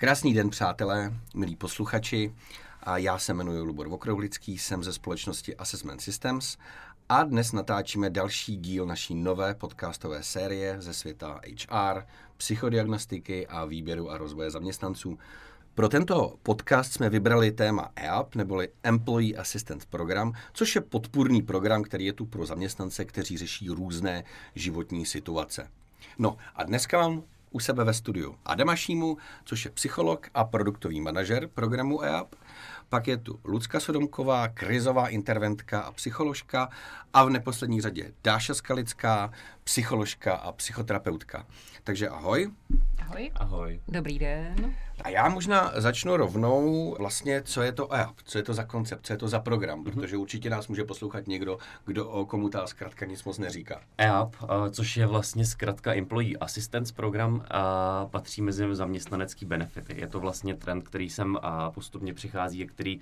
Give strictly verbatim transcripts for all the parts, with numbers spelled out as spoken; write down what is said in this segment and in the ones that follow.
Krásný den, přátelé, milí posluchači. A já se jmenuji Lubor Vokroulický, jsem ze společnosti Assessment Systems a dnes natáčíme další díl naší nové podcastové série ze světa H R, psychodiagnostiky a výběru a rozvoje zaměstnanců. Pro tento podcast jsme vybrali téma E A P, neboli Employee Assistance Program, což je podpůrný program, který je tu pro zaměstnance, kteří řeší různé životní situace. No a dneska mám u sebe ve studiu Adama Šímu, což je psycholog a produktový manažer programu E A P. Pak je tu Lucka Sodomková, krizová interventka a psycholožka a v neposlední řadě Dáša Skalická, psycholožka a psychoterapeutka. Takže ahoj. Ahoj. Ahoj. Dobrý den. A já možná začnu rovnou vlastně, co je to E A P, co je to za koncept, co je to za program, mm-hmm. protože určitě nás může poslouchat někdo, kdo o komu ta zkratka nic moc neříká. E A P, což je vlastně zkratka Employee Assistance Program, a patří mezi zaměstnanecký benefity. Je to vlastně trend, který sem postupně přichází a který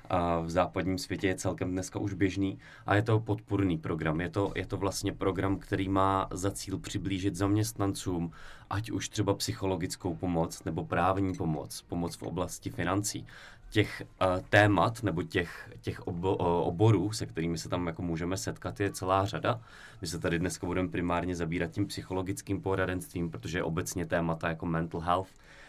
v západním světě je celkem dneska už běžný a je to podpůrný program. Je to, je to vlastně program, který má za cíl přiblížit zaměstnancům, ať už třeba psychologickou pomoc nebo právní pomoc, pomoc v oblasti financí. Těch uh, témat nebo těch, těch obo, oborů, se kterými se tam jako můžeme setkat, je celá řada. My se tady dneska budeme primárně zabírat tím psychologickým poradenstvím, protože obecně témata jako mental health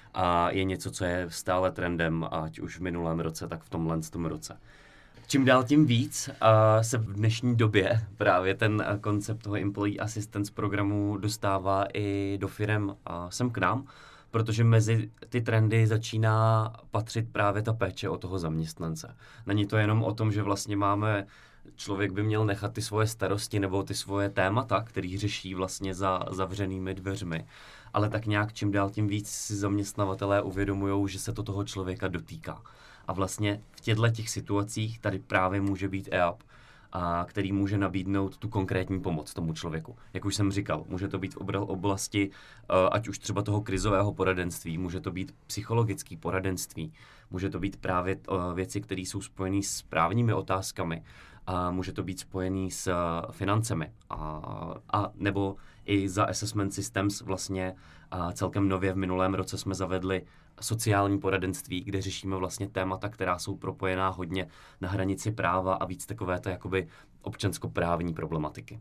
a je něco, co je stále trendem, ať už v minulém roce, tak v tomhle tom roce. Čím dál tím víc uh, se v dnešní době právě ten uh, koncept toho Employee Assistance programu dostává i do firem uh, sem k nám, protože mezi ty trendy začíná patřit právě ta péče o toho zaměstnance. Není to jenom o tom, že vlastně máme, člověk by měl nechat ty svoje starosti nebo ty svoje témata, který řeší vlastně za zavřenými dveřmi, ale tak nějak čím dál tím víc si zaměstnavatelé uvědomujou, že se to toho člověka dotýká. A vlastně v těchto těch situacích tady právě může být E A P, a který může nabídnout tu konkrétní pomoc tomu člověku. Jak už jsem říkal, může to být v oblasti, ať už třeba toho krizového poradenství, může to být psychologické poradenství, může to být právě věci, které jsou spojené s právními otázkami, a může to být spojený s financemi. A, a nebo i za Assessment Systems vlastně a celkem nově v minulém roce jsme zavedli sociální poradenství, kde řešíme vlastně témata, která jsou propojená hodně na hranici práva a víc takové to jakoby občanskoprávní problematiky.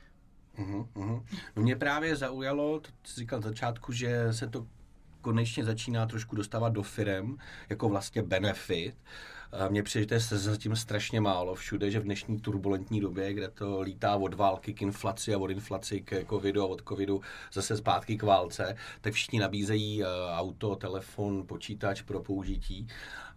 Uhum, uhum. No mě právě zaujalo, to jsi říkal na začátku, že se to konečně začíná trošku dostávat do firem jako vlastně benefit. Mně přijde, že se zatím strašně málo všude, že v dnešní turbulentní době, kde to lítá od války k inflaci a od inflaci k covidu a od covidu zase zpátky k válce, tak všichni nabízejí auto, telefon, počítač pro použití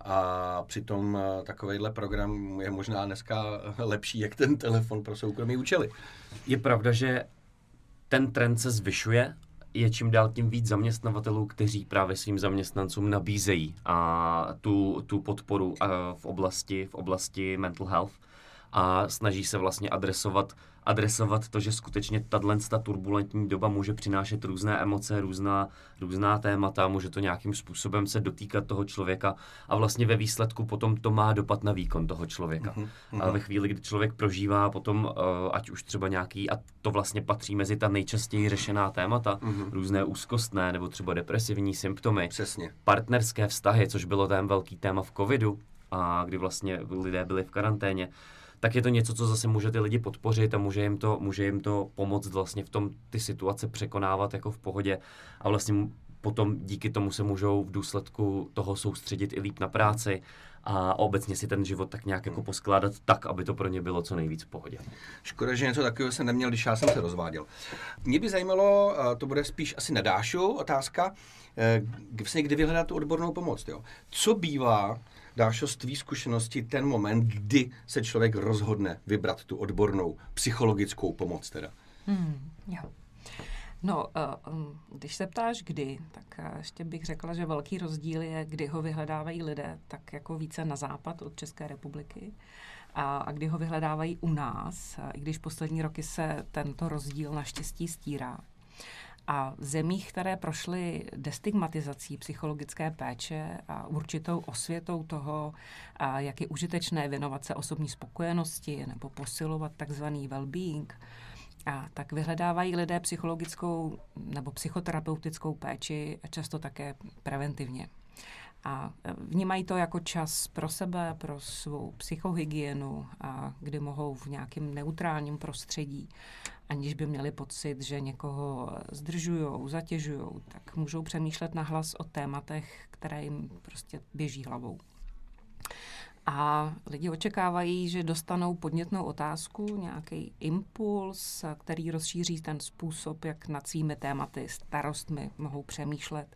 a přitom takovejhle program je možná dneska lepší, jak ten telefon pro soukromý účely. Je pravda, že ten trend se zvyšuje, je čím dál tím víc zaměstnavatelů, kteří právě svým zaměstnancům nabízejí a tu, tu podporu a v oblasti, v oblasti mental health a snaží se vlastně adresovat, adresovat to, že skutečně tato turbulentní doba může přinášet různé emoce, různá, různá témata, může to nějakým způsobem se dotýkat toho člověka a vlastně ve výsledku potom to má dopad na výkon toho člověka. Mm-hmm. A ve chvíli, kdy člověk prožívá potom, ať už třeba nějaký, a to vlastně patří mezi ta nejčastěji řešená témata, mm-hmm. různé úzkostné nebo třeba depresivní symptomy, přesně. Partnerské vztahy, což bylo ten velký téma v covidu, a kdy vlastně lidé byli v karanténě, tak je to něco, co zase může ty lidi podpořit a může jim to, může jim to pomoct vlastně v tom ty situace překonávat jako v pohodě a vlastně potom díky tomu se můžou v důsledku toho soustředit i líp na práci a obecně si ten život tak nějak jako poskládat tak, aby to pro ně bylo co nejvíc v pohodě. Škoda, že něco takového jsem neměl, když já jsem se rozváděl. Mě by zajímalo, to bude spíš asi na Dášu otázka, vlastně kdy vyhledat tu odbornou pomoc. Jo? Co bývá, Dášo, z tvý zkušenosti ten moment, kdy se člověk rozhodne vybrat tu odbornou psychologickou pomoc teda? Hmm, jo. No, když se ptáš kdy, tak ještě bych řekla, že velký rozdíl je, kdy ho vyhledávají lidé, tak jako více na západ od České republiky a, a kdy ho vyhledávají u nás, i když poslední roky se tento rozdíl naštěstí stírá. A v zemích, které prošly destigmatizací psychologické péče a určitou osvětou toho, a jak je užitečné věnovat se osobní spokojenosti nebo posilovat takzvaný well-being, a tak vyhledávají lidé psychologickou nebo psychoterapeutickou péči a často také preventivně. A vnímají to jako čas pro sebe, pro svou psychohygienu, a kdy mohou v nějakém neutrálním prostředí, aniž by měli pocit, že někoho zdržujou, zatěžujou, tak můžou přemýšlet nahlas o tématech, které jim prostě běží hlavou. A lidi očekávají, že dostanou podnětnou otázku, nějaký impuls, který rozšíří ten způsob, jak nad svými tématy, starostmi mohou přemýšlet.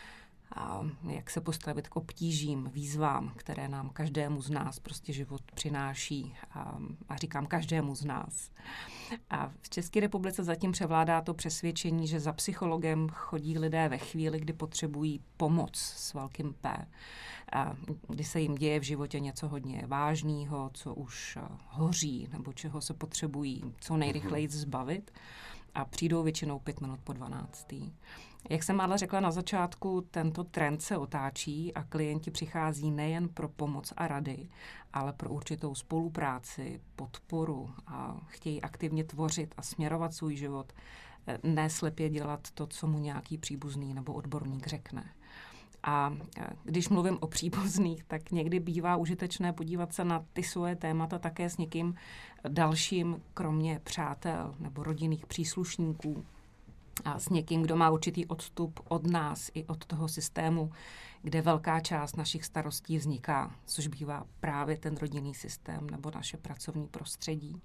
A jak se postavit k obtížím, výzvám, které nám každému z nás prostě život přináší. A, a říkám každému z nás. A v České republice zatím převládá to přesvědčení, že za psychologem chodí lidé ve chvíli, kdy potřebují pomoc s velkým P. A kdy se jim děje v životě něco hodně vážného, co už hoří, nebo čeho se potřebují co nejrychleji zbavit. A přijdou většinou pět minut po dvanáctý. Jak jsem ale řekla na začátku, tento trend se otáčí a klienti přichází nejen pro pomoc a rady, ale pro určitou spolupráci, podporu a chtějí aktivně tvořit a směrovat svůj život, ne slepě dělat to, co mu nějaký příbuzný nebo odborník řekne. A když mluvím o příbuzných, tak někdy bývá užitečné podívat se na ty svoje témata také s někým dalším, kromě přátel nebo rodinných příslušníků, a s někým, kdo má určitý odstup od nás i od toho systému, kde velká část našich starostí vzniká, což bývá právě ten rodinný systém nebo naše pracovní prostředí.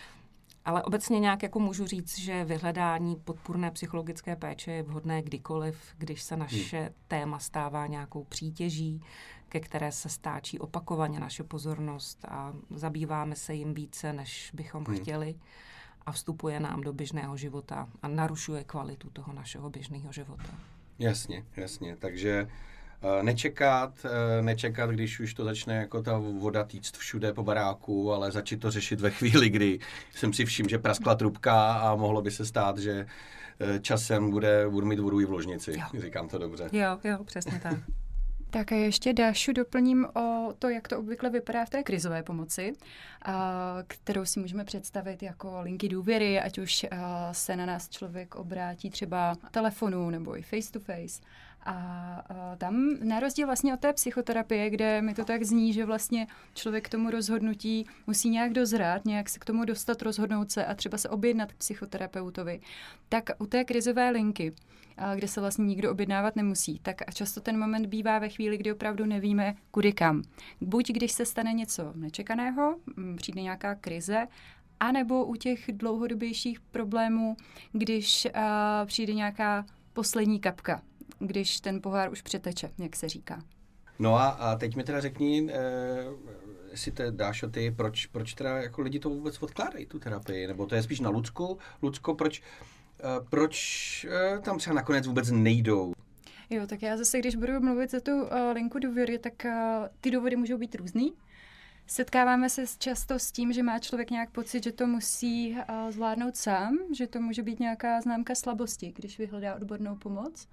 Ale obecně nějak jako můžu říct, že vyhledání podpůrné psychologické péče je vhodné kdykoliv, když se naše hmm. téma stává nějakou přítěží, ke které se stáčí opakovaně naše pozornost a zabýváme se jim více, než bychom hmm. chtěli, a vstupuje nám do běžného života a narušuje kvalitu toho našeho běžného života. Jasně, jasně. Takže uh, nečekat, uh, nečekat, když už to začne jako ta voda týct všude po baráku, ale začít to řešit ve chvíli, kdy jsem si všiml, že praskla trubka a mohlo by se stát, že uh, časem bude, budu mít vodu i v ložnici. Jo. Říkám to dobře. Jo, jo, přesně tak. Tak a ještě, Dášu, doplním o to, jak to obvykle vypadá v té krizové pomoci, a, kterou si můžeme představit jako linky důvěry, ať už a, se na nás člověk obrátí třeba telefonu nebo i face to face. A, a tam na rozdíl vlastně od té psychoterapie, kde mi to tak zní, že vlastně člověk k tomu rozhodnutí musí nějak dozrát, nějak se k tomu dostat, rozhodnout se a třeba se objednat k psychoterapeutovi, tak u té krizové linky, a kde se vlastně nikdo objednávat nemusí, tak a často ten moment bývá ve chvíli, kdy opravdu nevíme, kudy kam. Buď když se stane něco nečekaného, přijde nějaká krize, anebo u těch dlouhodobějších problémů, když a, přijde nějaká poslední kapka, když ten pohár už přeteče, jak se říká. No a, a teď mi teda řekni, eh, jestli to dáš o ty, proč, proč teda jako lidi to vůbec odkládají, tu terapii, nebo to je spíš na Lucku. Lucko, proč, eh, proč eh, tam třeba nakonec vůbec nejdou? Jo, tak já zase, když budu mluvit za tu uh, linku důvěry, tak uh, ty důvody můžou být různý. Setkáváme se často s tím, že má člověk nějak pocit, že to musí uh, zvládnout sám, že to může být nějaká známka slabosti, když vyhledá odbornou pomoc.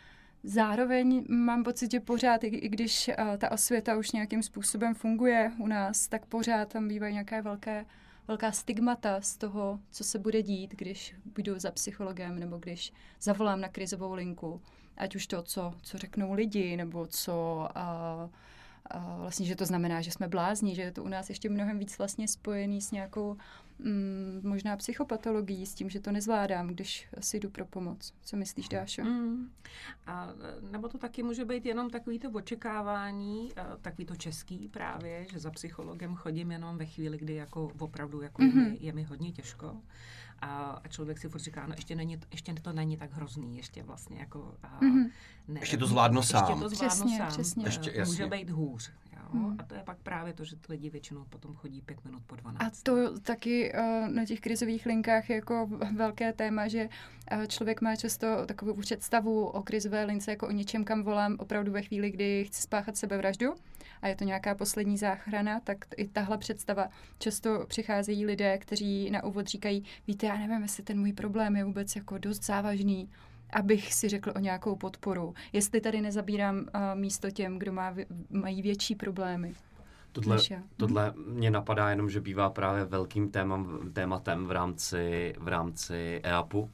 Zároveň mám pocit, že pořád, i, i když uh, ta osvěta už nějakým způsobem funguje u nás, tak pořád tam bývají nějaké velké, velká stigmata z toho, co se bude dít, když půjdu za psychologem nebo když zavolám na krizovou linku. Ať už to, co, co řeknou lidi, nebo co... Uh, A vlastně, že to znamená, že jsme blázni, že je to u nás ještě mnohem víc vlastně spojený s nějakou mm, možná psychopatologií, s tím, že to nezvládám, když si jdu pro pomoc. Co myslíš, Dášo? Mm. A, nebo to taky může být jenom takový to očekávání, takový to český právě, že za psychologem chodím jenom ve chvíli, kdy jako opravdu jako mm-hmm. je, mi, je mi hodně těžko. A, a člověk si furt říká, no ještě, není, ještě to není tak hrozný, ještě vlastně jako... A, mm-hmm. ne, ještě to zvládnu sám. Ještě to zvládnu přesně, sám. Přesně. Ještě, může být hůř. Jo? Mm. A to je pak právě to, že ty lidi většinou potom chodí pět minut po dvanáct. A to taky uh, na těch krizových linkách je jako velké téma, že uh, člověk má často takovou představu o krizové lince jako o něčem, kam volám opravdu ve chvíli, kdy chci spáchat sebevraždu a je to nějaká poslední záchrana, tak i tahle představa. Často přicházejí lidé, kteří na úvod říkají, víte, já nevím, jestli ten můj problém je vůbec jako dost závažný, abych si řekl o nějakou podporu. Jestli tady nezabírám uh, místo těm, kdo má, mají větší problémy. Tohle, tohle mě napadá jenom, že bývá právě velkým témam, tématem v rámci, v rámci E A P u.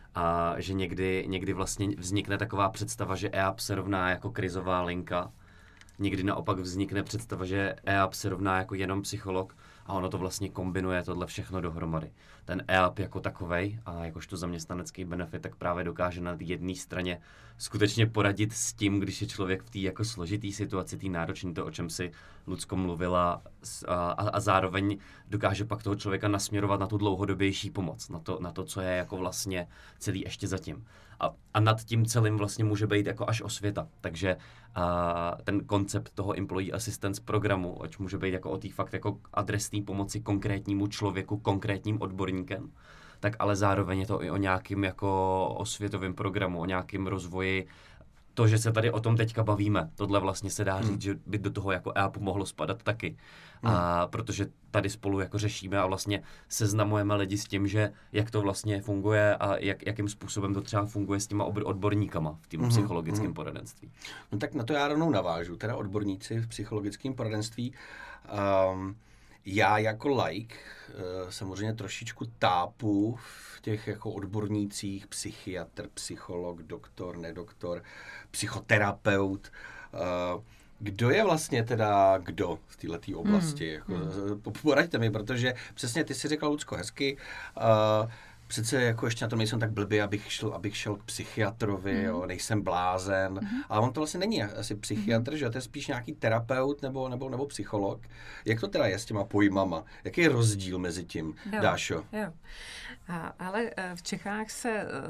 a že někdy, někdy vlastně vznikne taková představa, že E A P se rovná jako krizová linka. Někdy naopak vznikne představa, že E A P se rovná jako jenom psycholog a ono to vlastně kombinuje tohle všechno dohromady. Ten E A P jako takovej a jakožto zaměstnanecký benefit tak právě dokáže na jedné straně skutečně poradit s tím, když je člověk v té jako složitý situaci, tý náročný, to, o čem si Lucko mluvila, a, a zároveň dokáže pak toho člověka nasměrovat na tu dlouhodobější pomoc, na to, na to co je jako vlastně celý ještě zatím. A, a nad tím celým vlastně může být jako až osvěta. Takže a, ten koncept toho Employee Assistance programu, ať může být jako o té fakt jako adresné pomoci konkrétnímu člověku, konkrétním odborníkem, tak ale zároveň je to i o nějakým jako osvětovém programu, o nějakém rozvoji. To, že se tady o tom teďka bavíme, tohle vlastně se dá říct, hmm. že by do toho jako E A P mohlo spadat taky. Hmm. A protože tady spolu jako řešíme a vlastně seznamujeme lidi s tím, že jak to vlastně funguje a jak, jakým způsobem to třeba funguje s těma odborníkama v tím hmm. psychologickém hmm. poradenství. No tak na to já rovnou navážu, teda odborníci v psychologickém poradenství. Um, Já jako laik samozřejmě trošičku tápu v těch jako odbornících, psychiatr, psycholog, doktor, nedoktor, psychoterapeut. Kdo je vlastně teda kdo v této oblasti? Hmm. Jako, hmm. Poraďte mi, protože přesně ty si řekla, Lucko, hezky, přece jako ještě na tom nejsem tak blbý, abych šel, abych šel k psychiatrovi, mm. jo, nejsem blázen, mm. ale on to vlastně není asi psychiatr, mm. že to je spíš nějaký terapeut nebo, nebo, nebo psycholog. Jak to teda je s těma pojmama? Jaký je rozdíl mezi tím, jo, Dášo? Jo. A, ale v Čechách se uh,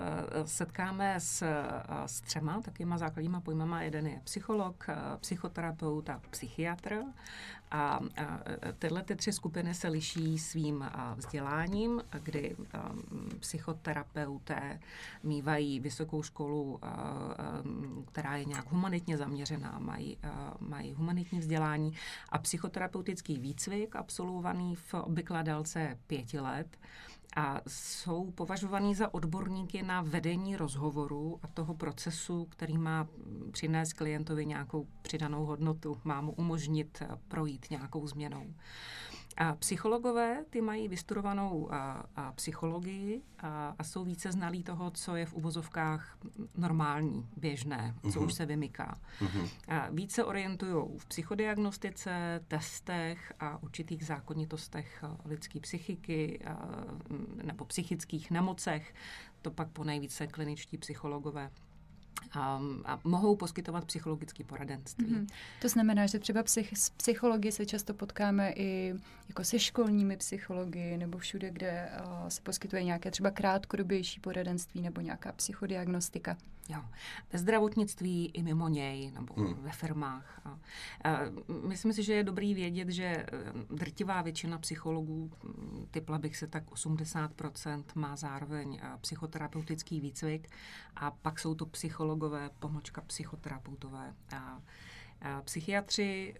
setkáme s, s třema takovýma základníma pojmama. Jeden je psycholog, psychoterapeut a psychiatr. A, a tyhle ty tři skupiny se liší svým vzděláním, kdy a, psychoterapeuté mívají vysokou školu, a, a, která je nějak humanitně zaměřená, mají, a, mají humanitní vzdělání a psychoterapeutický výcvik absolvovaný v obvyklé délce pěti let. A jsou považovaní za odborníky na vedení rozhovoru a toho procesu, který má přinést klientovi nějakou přidanou hodnotu, má mu umožnit projít nějakou změnou. A psychologové, ty mají vystudovanou a, a psychologii a, a jsou více znalí toho, co je v uvozovkách normální, běžné, co uh-huh. už se vymyká. Uh-huh. A více orientují v psychodiagnostice, testech a určitých zákonitostech lidské psychiky a, nebo psychických nemocech. To pak ponejvíce kliničtí psychologové. A, a mohou poskytovat psychologické poradenství. Mm-hmm. To znamená, že třeba psych, s psychologi se často potkáme i jako se školními psychologi nebo všude, kde uh, se poskytuje nějaké třeba krátkodobější poradenství nebo nějaká psychodiagnostika. Jo. Ve zdravotnictví i mimo něj, nebo hmm. ve firmách. A, a myslím si, že je dobrý vědět, že drtivá většina psychologů, typla bych se tak osmdesát procent, má zároveň psychoterapeutický výcvik a pak jsou to psychologové, pomlčka psychoterapeutové. A, a psychiatři,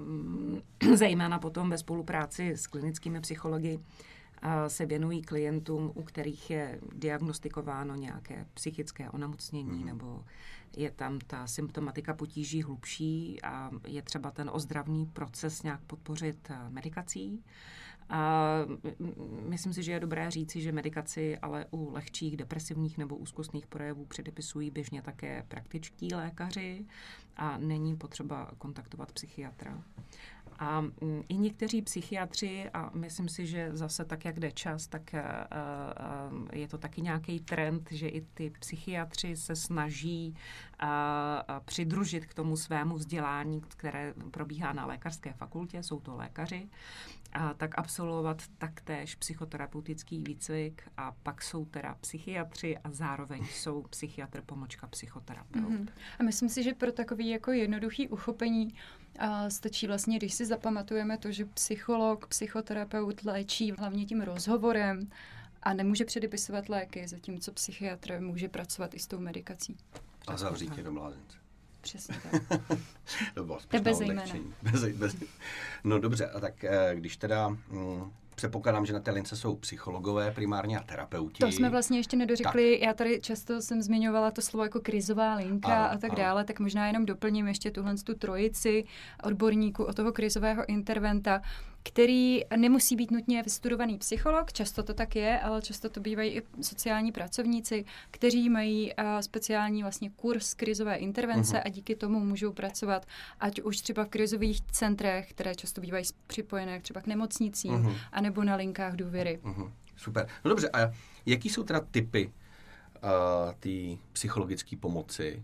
zejména potom ve spolupráci s klinickými psychologi, se věnují klientům, u kterých je diagnostikováno nějaké psychické onemocnění, mm. nebo je tam ta symptomatika potíží hlubší a je třeba ten ozdravný proces nějak podpořit medikací. A myslím si, že je dobré říci, že medikaci ale u lehčích depresivních nebo úzkostných projevů předepisují běžně také praktičtí lékaři a není potřeba kontaktovat psychiatra. A m, i někteří psychiatři, a myslím si, že zase tak, jak jde čas, tak a, a, je to taky nějaký trend, že i ty psychiatři se snaží a, a přidružit k tomu svému vzdělání, které probíhá na lékařské fakultě, jsou to lékaři, a tak absolvovat taktéž psychoterapeutický výcvik a pak jsou teda psychiatři a zároveň jsou psychiatr pomlčka psychoterapeut. Mm-hmm. A myslím si, že pro takový jako jednoduchý uchopení a stačí vlastně, když si zapamatujeme to, že psycholog, psychoterapeut léčí hlavně tím rozhovorem a nemůže předepisovat léky, zatímco psychiatr může pracovat i s tou medikací. A zavřít tě do mlázence. Přesně tak. To bylo spíš na odlehčení. Bez, bez. No dobře, a tak když teda... Mm, předpokládám, že na té lince jsou psychologové primárně a terapeuti. To jsme vlastně ještě nedořekli. Tak. Já tady často jsem zmiňovala to slovo jako krizová linka ano, a tak ano. dále, tak možná jenom doplním ještě tuhle tu trojici odborníků od toho krizového interventa. který nemusí být nutně vystudovaný psycholog, často to tak je, ale často to bývají i sociální pracovníci, kteří mají uh, speciální vlastně kurz krizové intervence uh-huh. a díky tomu můžou pracovat, ať už třeba v krizových centrech, které často bývají připojené třeba k nemocnicím, uh-huh. anebo na linkách důvěry. Uh-huh. Super. No dobře, a jaký jsou teda typy uh, té psychologické pomoci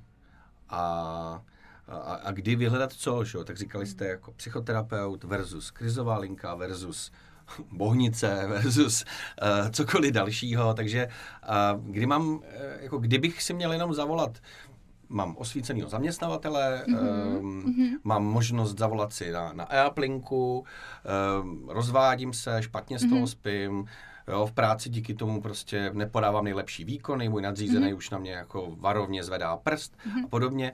a A, a kdy vyhledat co, že? Tak říkali jste jako psychoterapeut versus krizová linka versus bohnice versus uh, cokoliv dalšího, takže uh, kdy mám, uh, jako kdybych si měl jenom zavolat, mám osvícenýho zaměstnavatele, mm-hmm. um, mám možnost zavolat si na, na e-aplinku, um, rozvádím se, špatně z toho mm-hmm. spím, jo, v práci díky tomu prostě nepodávám nejlepší výkony, můj nadřízený mm-hmm. už na mě jako varovně zvedá prst mm-hmm. a podobně.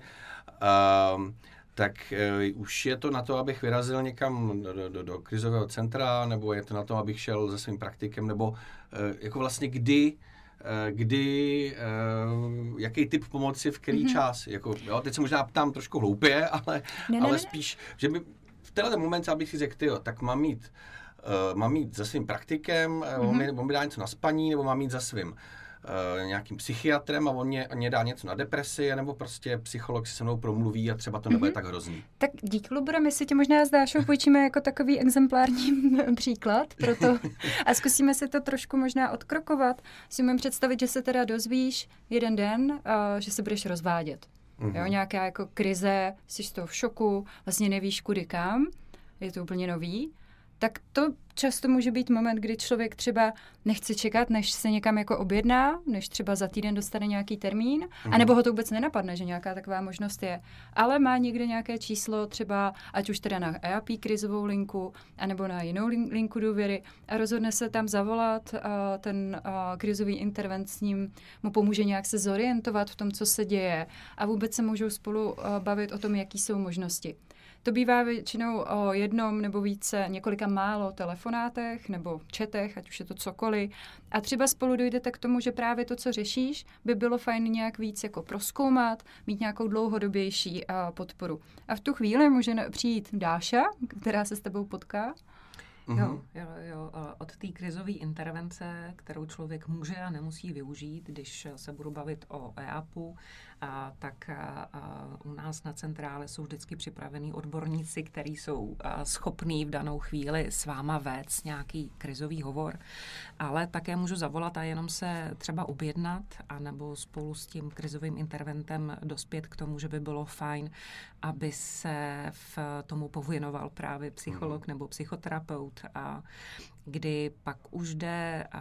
Um, tak uh, už je to na to, abych vyrazil někam do, do, do krizového centra, nebo je to na to, abych šel se svým praktikem, nebo uh, jako vlastně kdy, uh, kdy, uh, jaký typ pomoci v který mm-hmm. čas. Jako, jo, teď se možná ptám trošku hloupě, ale, ne, ale ne, spíš, že by v tenhle moment, abych si řekl, tyjo, tak mám mít, uh, mám mít za svým praktikem, mm-hmm. on, mi, on mi dá něco na spaní, nebo mám mít za svým Uh, nějakým psychiatrem a on mě, on mě dá něco na depresi, nebo prostě psycholog si se mnou promluví a třeba to nebude mm-hmm. tak hrozný. Tak díky, Lubore, my si tě možná s Dášou půjčíme jako takový exemplární příklad proto a zkusíme si to trošku možná odkrokovat. Si umím představit, že se teda dozvíš jeden den, uh, že se budeš rozvádět. Mm-hmm. Jo, nějaká jako krize, jsi z toho v šoku, vlastně nevíš kudy kam, je to úplně nový. Tak to často může být moment, kdy člověk třeba nechce čekat, než se někam jako objedná, než třeba za týden dostane nějaký termín, mm. anebo ho to vůbec nenapadne, že nějaká taková možnost je. Ale má někde nějaké číslo, třeba ať už teda na E A P krizovou linku, anebo na jinou linku důvěry a rozhodne se tam zavolat a ten a krizový intervent s ním mu pomůže nějak se zorientovat v tom, co se děje a vůbec se můžou spolu bavit o tom, jaký jsou možnosti. To bývá většinou o jednom nebo více, několika málo telefonátech nebo četech, ať už je to cokoliv. A třeba spolu dojdete k tomu, že právě to, co řešíš, by bylo fajn nějak víc jako prozkoumat, mít nějakou dlouhodobější podporu. A v tu chvíli může přijít Dáša, která se s tebou potká. Mm-hmm. Jo, jo, jo. Od té krizové intervence, kterou člověk může a nemusí využít, když se budu bavit o E A P u, a, tak a, a u nás na centrále jsou vždycky připravení odborníci, kteří jsou a, schopní v danou chvíli s váma vést nějaký krizový hovor, ale také můžu zavolat a jenom se třeba objednat, anebo spolu s tím krizovým interventem dospět k tomu, že by bylo fajn, aby se v tomu pověnoval právě psycholog nebo psychoterapeut, a kdy pak už jde a,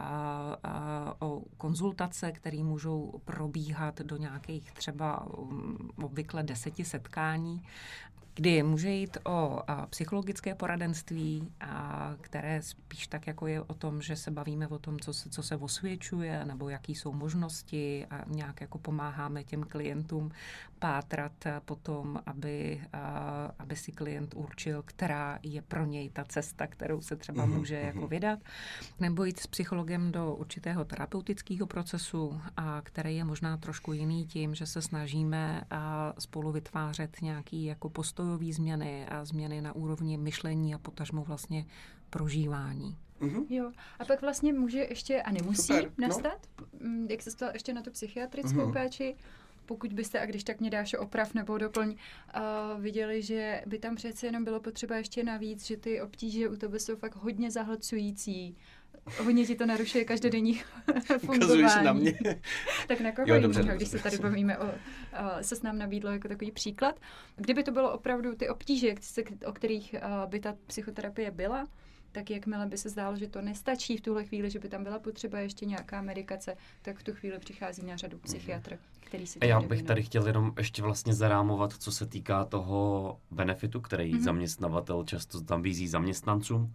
a, o konzultace, které můžou probíhat do nějakých třeba um, obvykle deseti setkání, kdy může jít o a, psychologické poradenství, a, které spíš tak jako je o tom, že se bavíme o tom, co se, co se osvědčuje, nebo jaký jsou možnosti a nějak jako pomáháme těm klientům pátrat potom, aby, a, aby si klient určil, která je pro něj ta cesta, kterou se třeba může jako vydat, nebo jít s psychologem do určitého terapeutického procesu, a který je možná trošku jiný tím, že se snažíme a, spolu vytvářet nějaký jako postoj změny a změny na úrovni myšlení a potažmo vlastně prožívání. Mm-hmm. Jo. A pak vlastně může ještě, a nemusí Super, nastat, no. Jak se stalo ještě na tu psychiatrickou mm-hmm. péči, pokud byste, a když tak mě dáš oprav nebo doplň, uh, viděli, že by tam přece jenom bylo potřeba ještě navíc, že ty obtíže u tebe jsou fakt hodně zahlcující. Hodně ti to narušuje každodenní fungování. Ukazuješ na mě. Tak na koho jiného, když se tady bavíme o, o, se s nám nabídlo jako takový příklad. Kdyby to bylo opravdu ty obtíže, o kterých by ta psychoterapie byla, tak jakmile by se zdálo, že to nestačí v tuhle chvíli, že by tam byla potřeba ještě nějaká medikace, tak v tu chvíli přichází na řadu psychiatr, který si... A já bych tady chtěl jenom ještě vlastně zarámovat, co se týká toho benefitu, který mm-hmm. zaměstnavatel často nabízí zaměstnancům.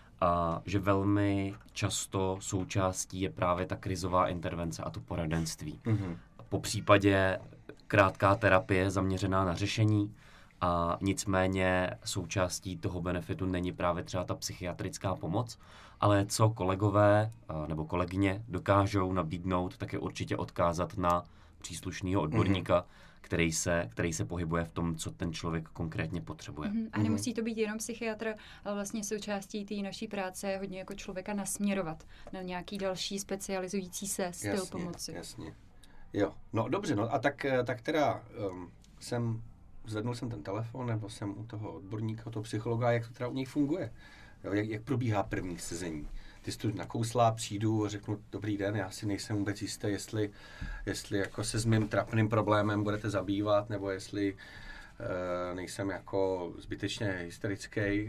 A že velmi často součástí je právě ta krizová intervence a to poradenství. Mm-hmm. Po případě krátká terapie zaměřená na řešení a nicméně součástí toho benefitu není právě třeba ta psychiatrická pomoc, ale co kolegové nebo kolegyně dokážou nabídnout, tak je určitě odkázat na příslušného odborníka, mm. který se, který se pohybuje v tom, co ten člověk konkrétně potřebuje. Mm-hmm. A nemusí to být jenom psychiatr, ale vlastně součástí té naší práce je hodně jako člověka nasměrovat na nějaký další specializující se styl jasně, pomoci. Jasně. Jo, no dobře, no a tak, tak teda um, jsem, zvednul jsem ten telefon, nebo jsem u toho odborníka, u toho psychologa, jak to teda u něj funguje. Jo, jak, jak probíhá první sezení. Ty jsi tu nakouslá, přijdu a řeknu, dobrý den, já si nejsem vůbec jistý, jestli, jestli jako se s mým trapným problémem budete zabývat, nebo jestli uh, nejsem jako zbytečně hysterický uh,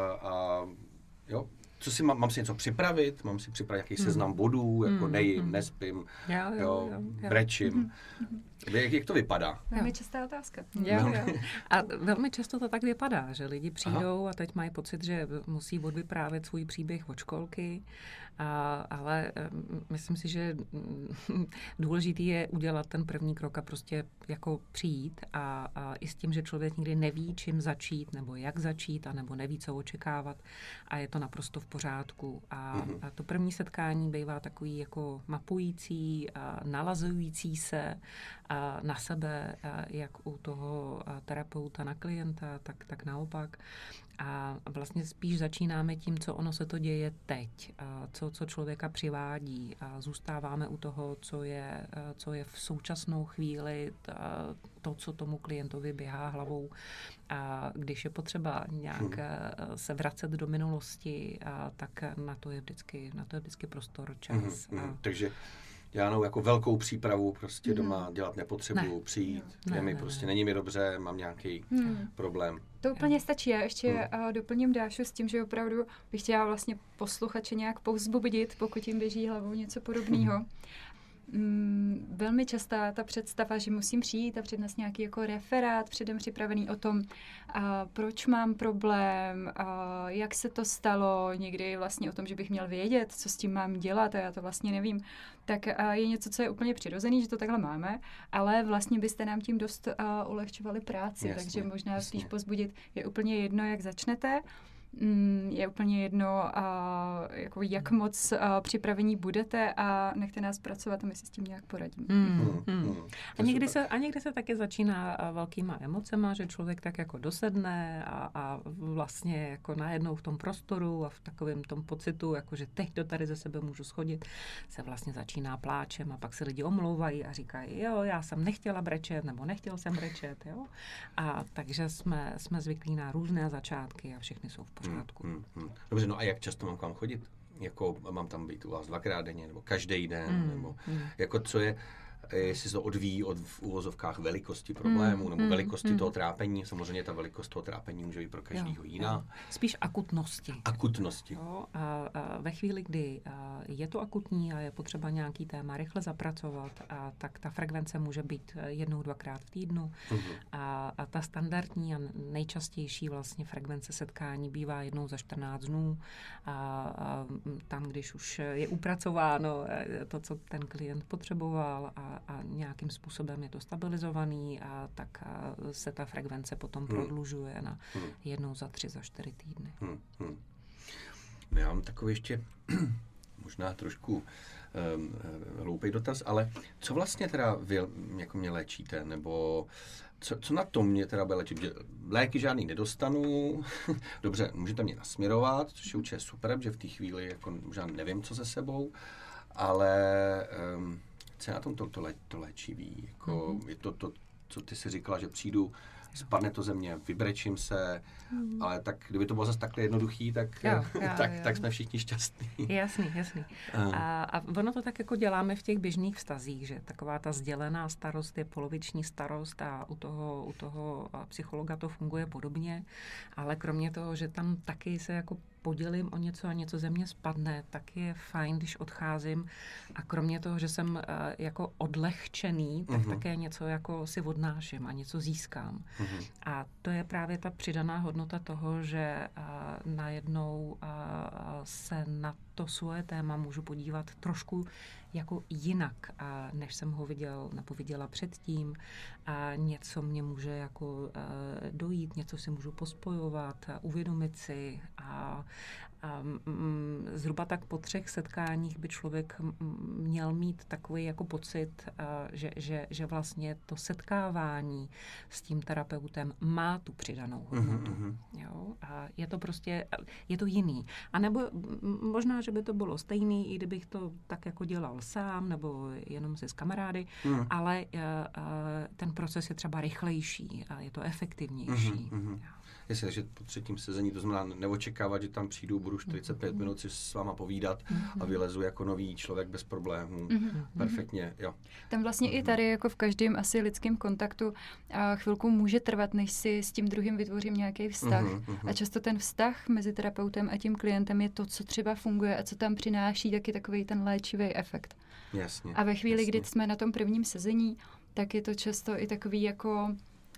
a jo. Co si mám, mám si něco připravit, mám si připravit nějaký seznam bodů, jako mm. nejím, mm. nespím, jo, jo, jo, jo, jo. brečím. Mm. Jak, jak to vypadá? Velmi častá otázka. Jo, jo. A velmi často to tak vypadá, že lidi přijdou Aha. a teď mají pocit, že musí odvyprávět svůj příběh od školky, a, ale um, myslím si, že důležitý je udělat ten první krok a prostě jako přijít a, a i s tím, že člověk nikdy neví, čím začít, nebo jak začít, a nebo neví, co očekávat a je to naprosto v pořádku. A, mm-hmm. a to první setkání bývá takový jako mapující, a nalazující se a na sebe, a jak u toho terapeuta na klienta, tak, tak naopak. A vlastně spíš začínáme tím, co ono se to děje teď, a co, co člověka přivádí a zůstáváme u toho, co je, co je v současnou chvíli, to, co tomu klientovi běhá hlavou. A když je potřeba nějak hmm. se vracet do minulosti, a tak na to je vždycky, na to je vždycky prostor, čas. Hmm, a... hmm. Takže já nou jako velkou přípravu prostě doma dělat nepotřebuju, ne. přijít, ne, je mi ne, prostě, ne. není mi dobře, mám nějaký hmm. problém. To úplně stačí. Já ještě hmm. uh, doplním Dášu s tím, že opravdu bych chtěla vlastně posluchače nějak povzbudit, pokud jim běží hlavou něco podobného. Hmm. Mm, velmi častá ta představa, že musím přijít a přednést nějaký jako referát předem připravený o tom, a proč mám problém, a jak se to stalo, někdy vlastně o tom, že bych měl vědět, co s tím mám dělat a já to vlastně nevím, tak a je něco, co je úplně přirozený, že to takhle máme, ale vlastně byste nám tím dost a, ulehčovali práci, jasně, takže možná jasně. spíš pozbudit, je úplně jedno, jak začnete, je úplně jedno, a jako jak moc a, připravení budete a nechte nás pracovat a my si s tím nějak poradíme. Hmm, Hmm, hmm. hmm. A, někdy se, a někdy se taky začíná velkýma emocema, že člověk tak jako dosedne a, a vlastně jako najednou v tom prostoru a v takovém tom pocitu, jako že teď to tady ze sebe můžu schodit, se vlastně začíná pláčem a pak se lidi omlouvají a říkají, jo, já jsem nechtěla brečet nebo nechtěl jsem brečet, jo. A takže jsme, jsme zvyklí na různé začátky a všechny jsou v pořádku. Hmm, hmm, hmm. Dobře, no a jak často mám k vám chodit? Jako mám tam být u vás dvakrát denně, nebo každý den, hmm, nebo hmm. jako co je, jestli se to odvíjí od v uvozovkách velikosti problému, hmm, nebo hmm, velikosti hmm. toho trápení. Samozřejmě ta velikost toho trápení může být pro každého jiná. Jo. Spíš akutnosti. Akutnosti. Jo, a, a ve chvíli, kdy a, je to akutní a je potřeba nějaký téma rychle zapracovat, a, tak ta frekvence může být jednou, dvakrát v týdnu. Uh-huh. A, a ta standardní a nejčastější vlastně frekvence setkání bývá jednou za čtrnáct dnů. A, a tam, když už je upracováno to, co ten klient potřeboval a, a nějakým způsobem je to stabilizovaný, a tak a se ta frekvence potom hmm. prodlužuje na hmm. jednou za tři, za čtyři týdny. Hmm. Hmm. No já mám takový ještě možná trošku um, hloupý dotaz, ale co vlastně teda vy jako mě léčíte, nebo co, co na tom mě teda bude léčit? Léky žádný nedostanu, dobře, můžete mě nasměrovat, což je určitě super, že v té chvíli jako možná nevím, co se sebou, ale um, co je na tom to, to, lé, to léčivý? Jako, mm-hmm. Je to to, co ty si říkala, že přijdu, spadne to ze mě, vybrečím se, mm. ale tak, kdyby to bylo zase takhle jednoduchý, tak, jo, jo, tak, jo. tak jsme všichni šťastní. Jasný, jasný. Uh. A, a ono to tak jako děláme v těch běžných vztazích, že taková ta sdělená starost je poloviční starost a u toho, u toho psychologa to funguje podobně, ale kromě toho, že tam taky se jako podělím o něco a něco ze mě spadne, tak je fajn, když odcházím. A kromě toho, že jsem uh, jako odlehčený, tak uh-huh. také něco jako si odnáším a něco získám. Uh-huh. A to je právě ta přidaná hodnota toho, že uh, najednou uh, se na to svoje téma můžu podívat trošku jako jinak, a než jsem ho viděl nebo viděla předtím. A něco mě může jako uh, dojít, něco si můžu pospojovat, a uvědomit si a, A mm, zhruba tak po třech setkáních by člověk měl mít takový jako pocit, a, že, že, že vlastně to setkávání s tím terapeutem má tu přidanou hodnotu. Mm-hmm. Jo? A je to prostě, je to jiný. A nebo možná, že by to bylo stejný, i kdybych to tak jako dělal sám, nebo jenom se s kamarády, mm. ale a, a, ten proces je třeba rychlejší a je to efektivnější. Mm-hmm. Jestli, že po třetím sezení, to znamená neočekávat, že tam přijdu, budu čtyřicet pět minut si s váma povídat a vylezu jako nový člověk bez problémů. Mm-hmm. Perfektně, jo. Tam vlastně mm-hmm. i tady, jako v každém asi lidském kontaktu, a chvilku může trvat, než si s tím druhým vytvořím nějaký vztah. Mm-hmm. A často ten vztah mezi terapeutem a tím klientem je to, co třeba funguje a co tam přináší taky takový ten léčivý efekt. Jasně. A ve chvíli, jasně. kdy jsme na tom prvním sezení, tak je to často i takový jako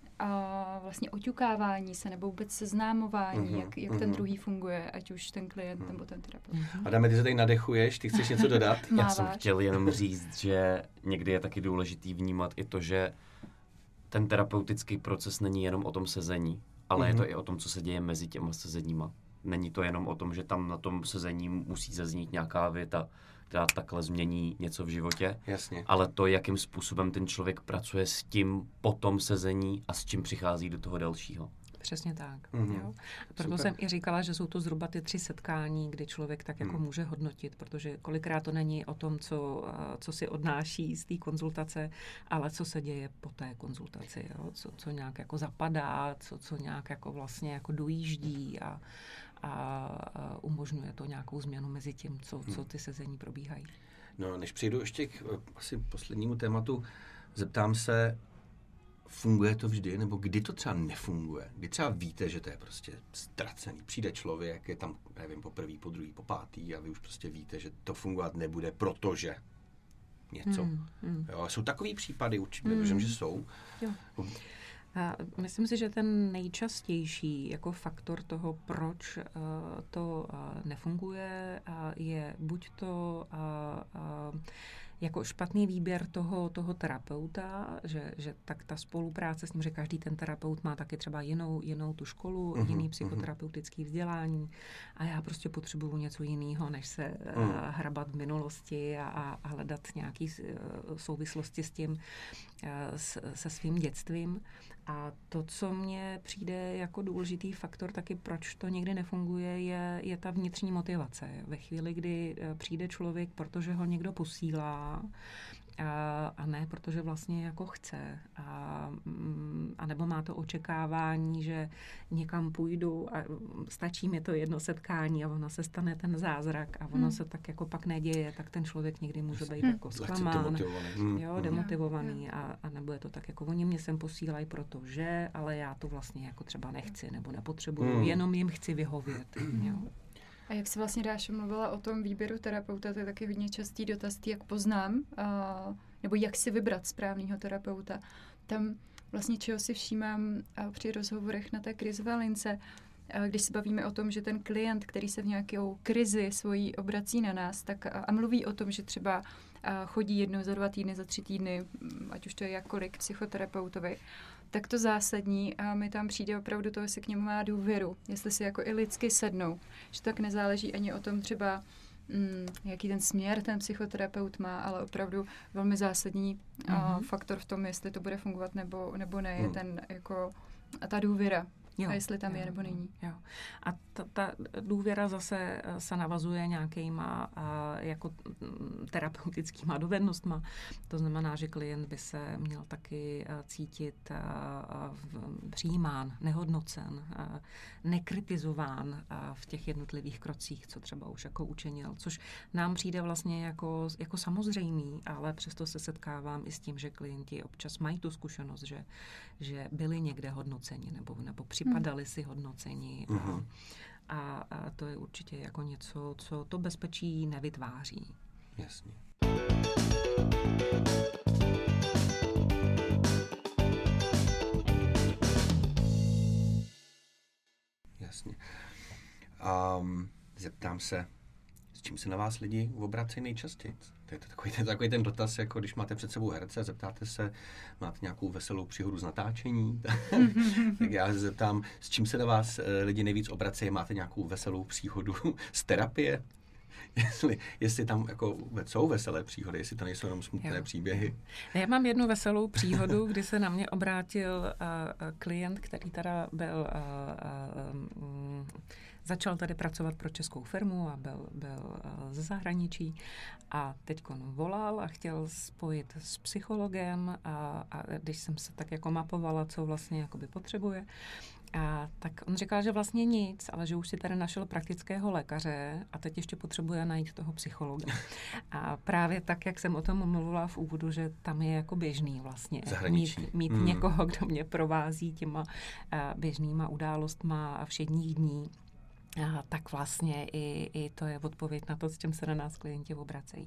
a vlastně oťukávání se nebo vůbec seznámování, uh-huh, jak, jak uh-huh. ten druhý funguje, ať už ten klient uh-huh. nebo ten terapeut. Uh-huh. Adame, ty se tady nadechuješ, ty chceš něco dodat? Já jsem chtěl jenom říct, že někdy je taky důležitý vnímat i to, že ten terapeutický proces není jenom o tom sezení, ale uh-huh. je to i o tom, co se děje mezi těma sezeníma. Není to jenom o tom, že tam na tom sezení musí zaznít nějaká věta, která takhle změní něco v životě, Jasně. ale to, jakým způsobem ten člověk pracuje s tím po tom sezení a s čím přichází do toho dalšího. Přesně tak. Mm-hmm. Jo. Proto jsem i říkala, že jsou to zhruba ty tři setkání, kdy člověk tak jako mm. může hodnotit, protože kolikrát to není o tom, co, co si odnáší z té konzultace, ale co se děje po té konzultaci, jo. Co, co nějak jako zapadá, co, co nějak jako vlastně jako dojíždí a, a, a umožňuje to nějakou změnu mezi tím, co, co ty sezení probíhají. No, než přijdu ještě k asi poslednímu tématu, zeptám se, funguje to vždy, nebo kdy to třeba nefunguje? Kdy třeba víte, že to je prostě ztracený. Přijde člověk, je tam, nevím, po první, po druhý, po pátý a vy už prostě víte, že to fungovat nebude, protože něco. Hmm, hmm. Jo, jsou takový případy určitě, hmm. protože že jsou. Jo. A myslím si, že ten nejčastější jako faktor toho, proč uh, to uh, nefunguje, uh, je buď to uh, uh, jako špatný výběr toho, toho terapeuta, že, že tak ta spolupráce s ním, že každý ten terapeut má taky třeba jinou, jinou tu školu, uh-huh, jiný psychoterapeutický vzdělání a já prostě potřebuju něco jiného, než se uh, uh, hrabat v minulosti a, a hledat nějaké uh, souvislosti s tím, uh, s, se svým dětstvím. A to, co mně přijde jako důležitý faktor taky, proč to někdy nefunguje, je, je ta vnitřní motivace. Ve chvíli, kdy přijde člověk, protože ho někdo posílá, a, a ne protože vlastně jako chce. A, a nebo má to očekávání, že někam půjdu a stačí mi to jedno setkání a ono se stane ten zázrak a ono hmm. se tak jako pak neděje, tak ten člověk někdy může být hmm. jako zklamán, hmm. jo, demotivovaný a, a nebo je to tak jako oni mě sem posílají protože, ale já to vlastně jako třeba nechci nebo nepotřebuju, hmm. jenom jim chci vyhovět. Jo. A jak jsi vlastně, Dášo, mluvila o tom výběru terapeuta, to je taky hodně častý dotaz, jak poznám, a, nebo jak si vybrat správného terapeuta. Tam vlastně čeho si všímám a při rozhovorech na té krizové lince, a když se bavíme o tom, že ten klient, který se v nějakou krizi svojí obrací na nás, tak a, a mluví o tom, že třeba a, chodí jednou za dva týdny, za tři týdny, ať už to je jakkoliv k psychoterapeutovi, tak to zásadní a mi tam přijde opravdu to, jestli k němu má důvěru, jestli si jako i lidsky sednou, že tak nezáleží ani o tom třeba, mm, jaký ten směr ten psychoterapeut má, ale opravdu velmi zásadní mm-hmm. a, faktor v tom, jestli to bude fungovat nebo, nebo ne, je ten jako a ta důvěra. Jo, a jestli tam jo, je nebo není. Jo. A ta, ta důvěra zase se navazuje nějakýma a, jako terapeutickýma dovednostma. To znamená, že klient by se měl taky cítit a, a, přijímán, nehodnocen, a, nekritizován a, v těch jednotlivých krocích, co třeba už jako učinil. Což nám přijde vlastně jako, jako samozřejmý, ale přesto se setkávám i s tím, že klienti občas mají tu zkušenost, že, že byli někde hodnoceni nebo, nebo připadali si hodnocení uh-huh. a, a, a to je určitě jako něco, co to bezpečí nevytváří. Jasně. Jasně. Um, zeptám se, čím se na vás lidi obracejí nejčastěji? To je takový ten, takový ten dotaz, jako když máte před sebou herce a zeptáte se, máte nějakou veselou příhodu z natáčení, tak já se zeptám, s čím se na vás lidi nejvíc obracejí, máte nějakou veselou příhodu z terapie? Jestli, jestli tam jako jsou veselé příhody, jestli to nejsou jenom smutné jo. příběhy. Já mám jednu veselou příhodu, kdy se na mě obrátil uh, klient, který teda byl, uh, uh, um, začal tady pracovat pro českou firmu a byl, byl uh, ze zahraničí a teďkon volal a chtěl spojit s psychologem a, a když jsem se tak jako mapovala, co vlastně jakoby potřebuje, a tak on říkal, že vlastně nic, ale že už si tady našel praktického lékaře a teď ještě potřebuje najít toho psychologa. A právě tak, jak jsem o tom mluvila v úvodu, že tam je jako běžný vlastně mít, mít mm. někoho, kdo mě provází těma uh, běžnýma událostma všedních dní. A tak vlastně i, i to je odpověď na to, s čím se na nás klienti obracejí.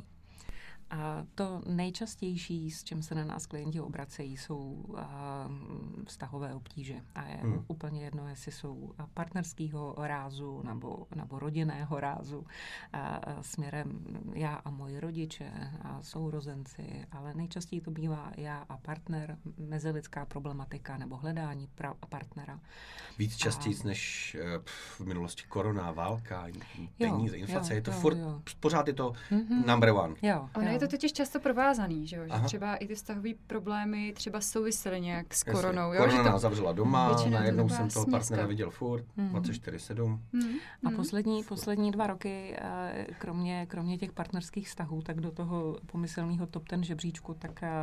A to nejčastější, s čím se na nás klienti obracejí, jsou uh, vztahové obtíže. A je hmm. úplně jedno, jestli jsou partnerského rázu nebo, nebo rodinného rázu. Uh, směrem já a moji rodiče a sourozenci, ale nejčastěji to bývá já a partner, mezilidská problematika nebo hledání pra- partnera. Víc častěji a, než uh, v minulosti korona, válka, peníze, inflace, jo, je to jo, furt, jo. pořád je to mm-hmm. number one. Jo, ono je to totiž často provázaný, že, jo? Že třeba i ty vztahové problémy třeba souvisely nějak s koronou. Jo? Korona že nás zavřela doma, najednou jsem toho partnera viděl furt, mm-hmm. dvacet čtyři sedm. Mm-hmm. A poslední, poslední dva roky, kromě, kromě těch partnerských vztahů, tak do toho pomyslného top ten žebříčku tak uh,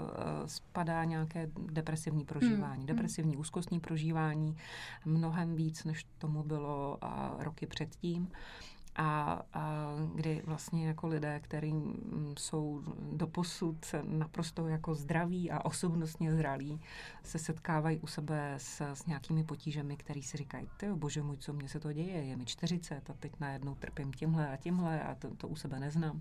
spadá nějaké depresivní prožívání, mm-hmm. depresivní úzkostní prožívání, mnohem víc, než tomu bylo uh, roky předtím. A, a kdy vlastně jako lidé, kteří jsou doposud naprosto jako zdraví a osobnostně zralí, se setkávají u sebe s, s nějakými potížemi, který si říkají, tyjo, bože můj, co mně se to děje, je mi čtyřicet a teď najednou trpím tímhle a tímhle a to, to u sebe neznám.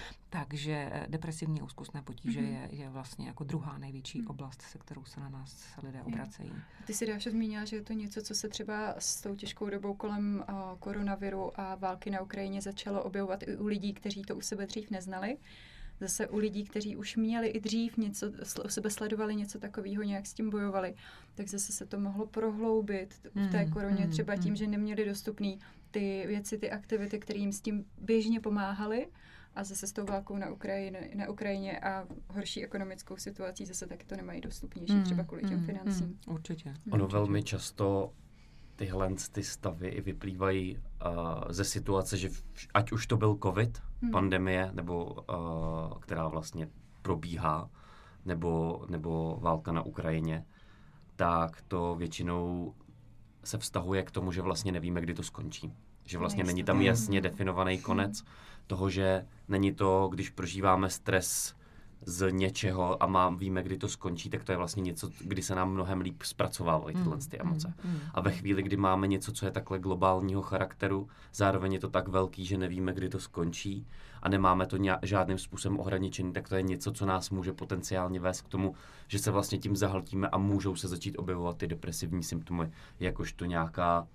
Takže depresivní úzkostné potíže mm-hmm. je, je vlastně jako druhá největší mm. oblast, se kterou se na nás lidé obracejí. Ty si, Dášo, zmínila, že je to něco, co se třeba s tou těžkou dobou kolem uh, koronaviru a války na Ukrajině začalo objevovat i u lidí, kteří to u sebe dřív neznali. Zase u lidí, kteří už měli i dřív něco, u sebe sledovali něco takového, nějak s tím bojovali, tak zase se to mohlo prohloubit v té koroně, třeba tím, že neměli dostupný ty věci, ty aktivity, které jim s tím běžně pomáhaly. A zase s tou válkou na Ukrajině, na Ukrajině a horší ekonomickou situací zase taky to nemají dostupnější, mm, třeba kvůli těm mm, financím. Mm, určitě. Ono určitě. velmi často tyhle ty stavy i vyplývají uh, ze situace, že v, ať už to byl covid, mm. pandemie, nebo uh, která vlastně probíhá, nebo, nebo válka na Ukrajině, tak to většinou se vztahuje k tomu, že vlastně nevíme, kdy to skončí. Že vlastně není tam jasně definovaný konec toho, že není to, když prožíváme stres z něčeho a má, víme, kdy to skončí, tak to je vlastně něco, kdy se nám mnohem líp zpracovávají tyhle ty emoce. Mm, mm, a ve chvíli, kdy máme něco, co je takhle globálního charakteru, zároveň je to tak velký, že nevíme, kdy to skončí a nemáme to nějak, žádným způsobem ohraničený, tak to je něco, co nás může potenciálně vést k tomu, že se vlastně tím zahltíme a můžou se začít objevovat ty depresivní symptomy, jakožto nějaká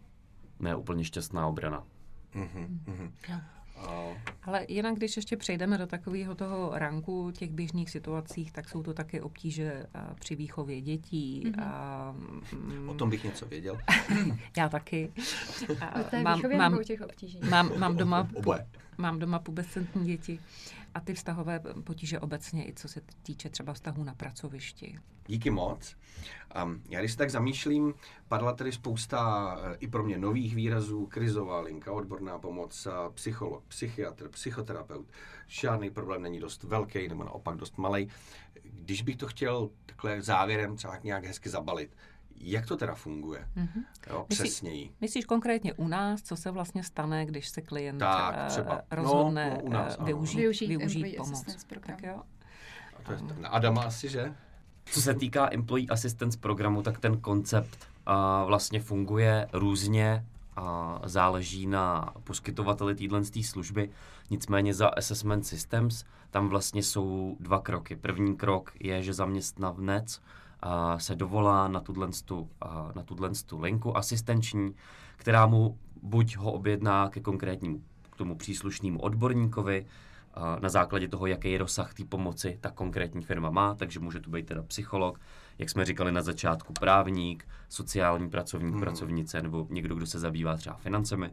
ne úplně šťastná obrana. Mm-hmm, mm-hmm. Oh. Ale jinak, když ještě přejdeme do takového toho ranku těch běžných situacích, tak jsou to taky obtíže a, při výchově dětí. Mm-hmm. A, mm, o tom bych něco věděl. Já taky. A, o té mám, výchově mám, nebo těch obtíží? Mám, mám, doma, Oboje. mám doma pubescentní děti a ty vztahové potíže obecně, i co se týče třeba vztahů na pracovišti. Díky moc. Um, já když se tak zamýšlím, padla tady spousta uh, i pro mě nových výrazů, krizová linka, odborná pomoc, uh, psycholog, psychiatr, psychoterapeut. Žádný problém není dost velký, nebo naopak dost malej. Když bych to chtěl takhle závěrem třeba nějak hezky zabalit, jak to teda funguje? Mm-hmm. Jo, přesněji. Myslí, myslíš konkrétně u nás, co se vlastně stane, když se klient tak, třeba. rozhodne no, no, u nás, využít, využít, využít pomoc? Tak jo. A to je na Adama asi, že? Co se týká Employee Assistance programu, tak ten koncept uh, vlastně funguje různě a záleží na poskytovateli téhle služby. Nicméně za Assessment Systems tam vlastně jsou dva kroky. První krok je, že zaměstnanec uh, se dovolá na tuto uh, na linku asistenční, která mu buď ho objedná ke konkrétnímu k tomu příslušnému odborníkovi, na základě toho, jaký je rozsah té pomoci ta konkrétní firma má, takže může to být teda psycholog, jak jsme říkali na začátku, právník, sociální pracovník, hmm. pracovnice nebo někdo, kdo se zabývá třeba financemi.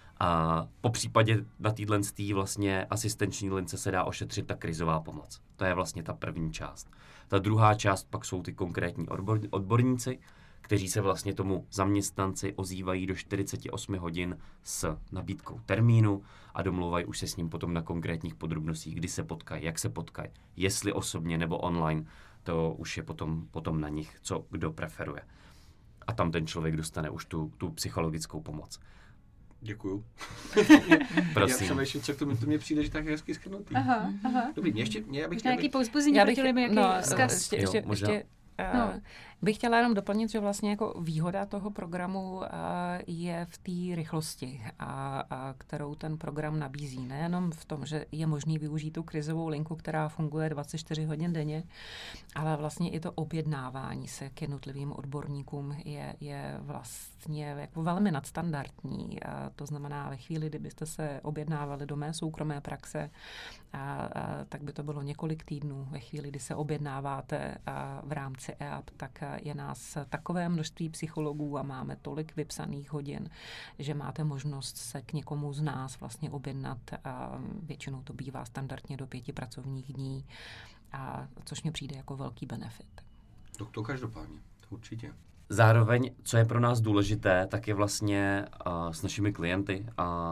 A po případě na téhle vlastně asistenční lince se dá ošetřit ta krizová pomoc. To je vlastně ta první část. Ta druhá část pak jsou ty konkrétní odbor, odborníci, kteří se vlastně tomu zaměstnanci ozývají do čtyřicet osm hodin s nabídkou termínu a domlouvají už se s ním potom na konkrétních podrobnostích, kdy se potkají, jak se potkají, jestli osobně nebo online, to už je potom, potom na nich, co kdo preferuje. A tam ten člověk dostane už tu, tu psychologickou pomoc. Děkuju. Prosím. Já jsem ještě, co k tomu, to mě přijde, že tak hezky skrnutý. Aha, aha. Dobrý, mě ještě, mě, já bych chtěl... Nějaký povzbuzení proti lidem, jaký no, vzkaz? Ještě, jo, ještě, možná. ještě no. Bych chtěla jenom doplnit, že vlastně jako výhoda toho programu je v té rychlosti, a, a kterou ten program nabízí. Nejenom v tom, že je možný využít tu krizovou linku, která funguje dvacet čtyři hodin denně, ale vlastně i to objednávání se k jednotlivým odborníkům je, je vlastně jako velmi nadstandardní. A to znamená, ve chvíli, kdybyste se objednávali do mé soukromé praxe, a, a, tak by to bylo několik týdnů. Ve chvíli, kdy se objednáváte a v rámci E A P, tak je nás takové množství psychologů a máme tolik vypsaných hodin, že máte možnost se k někomu z nás vlastně objednat. A většinou to bývá standardně do pěti pracovních dní, a což mi přijde jako velký benefit. To, to každopádně, to určitě. Zároveň, co je pro nás důležité, tak je vlastně uh, s našimi klienty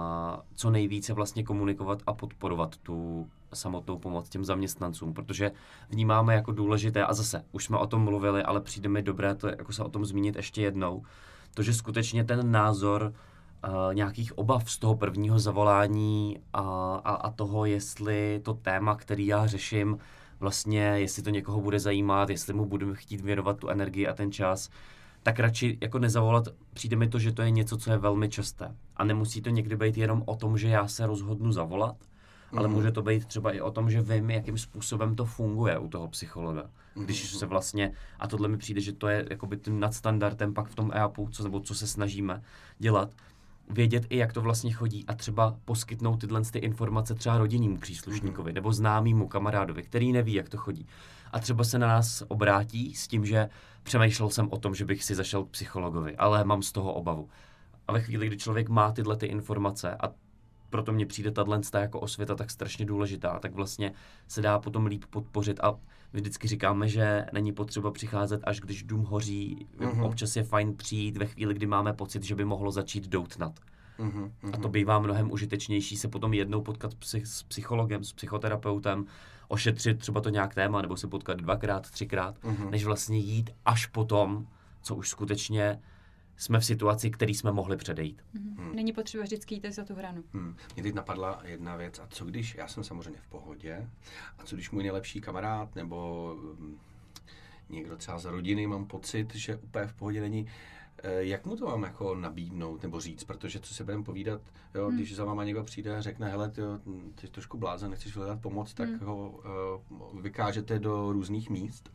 a co nejvíce vlastně komunikovat a podporovat tu samotnou pomoc těm zaměstnancům, protože vnímáme jako důležité, a zase, už jsme o tom mluvili, ale přijde mi dobré to, jako se o tom zmínit ještě jednou, to, že skutečně ten názor uh, nějakých obav z toho prvního zavolání a, a, a toho, jestli to téma, který já řeším, vlastně, jestli to někoho bude zajímat, jestli mu budeme chtít věnovat tu energii a ten čas, tak radši jako nezavolat. Přijde mi to, že to je něco, co je velmi časté. A nemusí to někdy být jenom o tom, že já se rozhodnu zavolat, mm. ale může to být třeba i o tom, že vím, jakým způsobem to funguje u toho psychologa. Když mm. se vlastně, a tohle mi přijde, že to je jakoby tím nadstandardem pak v tom E A P u, co, nebo co se snažíme dělat, vědět i, jak to vlastně chodí a třeba poskytnout tyhle ty informace třeba rodinnému příslušníkovi mm. nebo známému kamarádovi, který neví, jak to chodí. A třeba se na nás obrátí s tím, že přemýšlel jsem o tom, že bych si zašel k psychologovi, ale mám z toho obavu. A ve chvíli, kdy člověk má tyhle ty informace, a proto mně přijde tato jako osvěta tak strašně důležitá, tak vlastně se dá potom líp podpořit. A my vždycky říkáme, že není potřeba přicházet, až když dům hoří. Mm-hmm. Občas je fajn přijít ve chvíli, kdy máme pocit, že by mohlo začít doutnat. Mm-hmm. A to bývá mnohem užitečnější se potom jednou potkat s psychologem, s psychoterapeutem, ošetřit třeba to nějak téma, nebo se potkat dvakrát, třikrát, mm-hmm. než vlastně jít až potom, co už skutečně jsme v situaci, který jsme mohli předejít. Mm-hmm. Není potřeba vždycky jít za tu hranu. Hmm. Mě teď napadla jedna věc, a co když, já jsem samozřejmě v pohodě, a co když můj nejlepší kamarád, nebo um, někdo třeba z rodiny, mám pocit, že úplně v pohodě není. Jak mu to mám jako nabídnout nebo říct, protože co se budeme povídat, jo, hmm. když za váma někdo přijde a řekne, hele, ty, ty jsi trošku blázen, nechceš hledat pomoc, tak hmm. ho uh, vykážete do různých míst,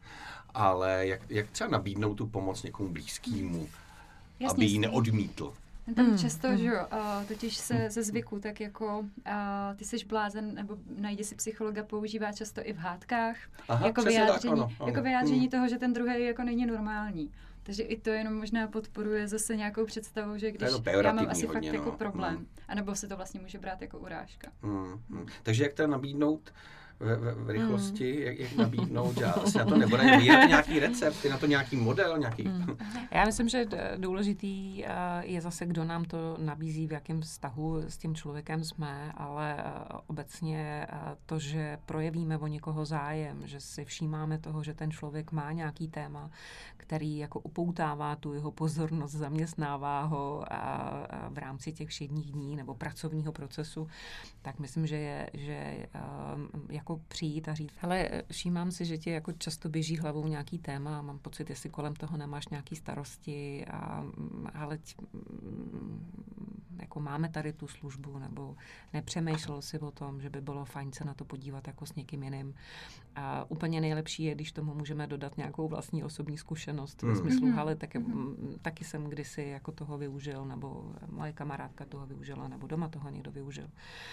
ale jak, jak třeba nabídnout tu pomoc někomu blízkému, Jasně, aby ji neodmítl? Tam hmm. často, hmm. že jo, uh, totiž se ze zvyku, tak jako uh, ty jsi blázen, nebo najdi si psychologa, používá často i v hádkách, Aha, jako vyjádření, tak, ano, ano. jako vyjádření hmm. toho, že ten druhý jako není normální. Takže i to jenom možná podporuje zase nějakou představu, že když já mám asi hodně, fakt no. jako problém, hmm. anebo se to vlastně může brát jako urážka. Hmm. Hmm. Takže jak to nabídnout v, v, v rychlosti, hmm. jak, jak nabídnout, já asi na to nebude, je to nějaký recept, je na to nějaký model, nějaký... Hmm. Já myslím, že důležitý je zase, kdo nám to nabízí, v jakém vztahu s tím člověkem jsme, ale obecně to, že projevíme o někoho zájem, že si všímáme toho, že ten člověk má nějaký téma, který jako upoutává tu jeho pozornost, zaměstnává ho v rámci těch všedních dní nebo pracovního procesu, tak myslím, že je, že jako jako přijít a říct, hele, všímám si, že ti jako často běží hlavou nějaký téma a mám pocit, jestli kolem toho nemáš nějaký starosti, a, ale tě, jako máme tady tu službu, nebo nepřemýšlel si o tom, že by bylo fajn se na to podívat jako s někým jiným. A úplně nejlepší je, když tomu můžeme dodat nějakou vlastní osobní zkušenost. Ve smyslu, mm. hele, tak, mm. taky jsem kdysi jako toho využil, nebo moje kamarádka toho využila, nebo doma toho někdo využil.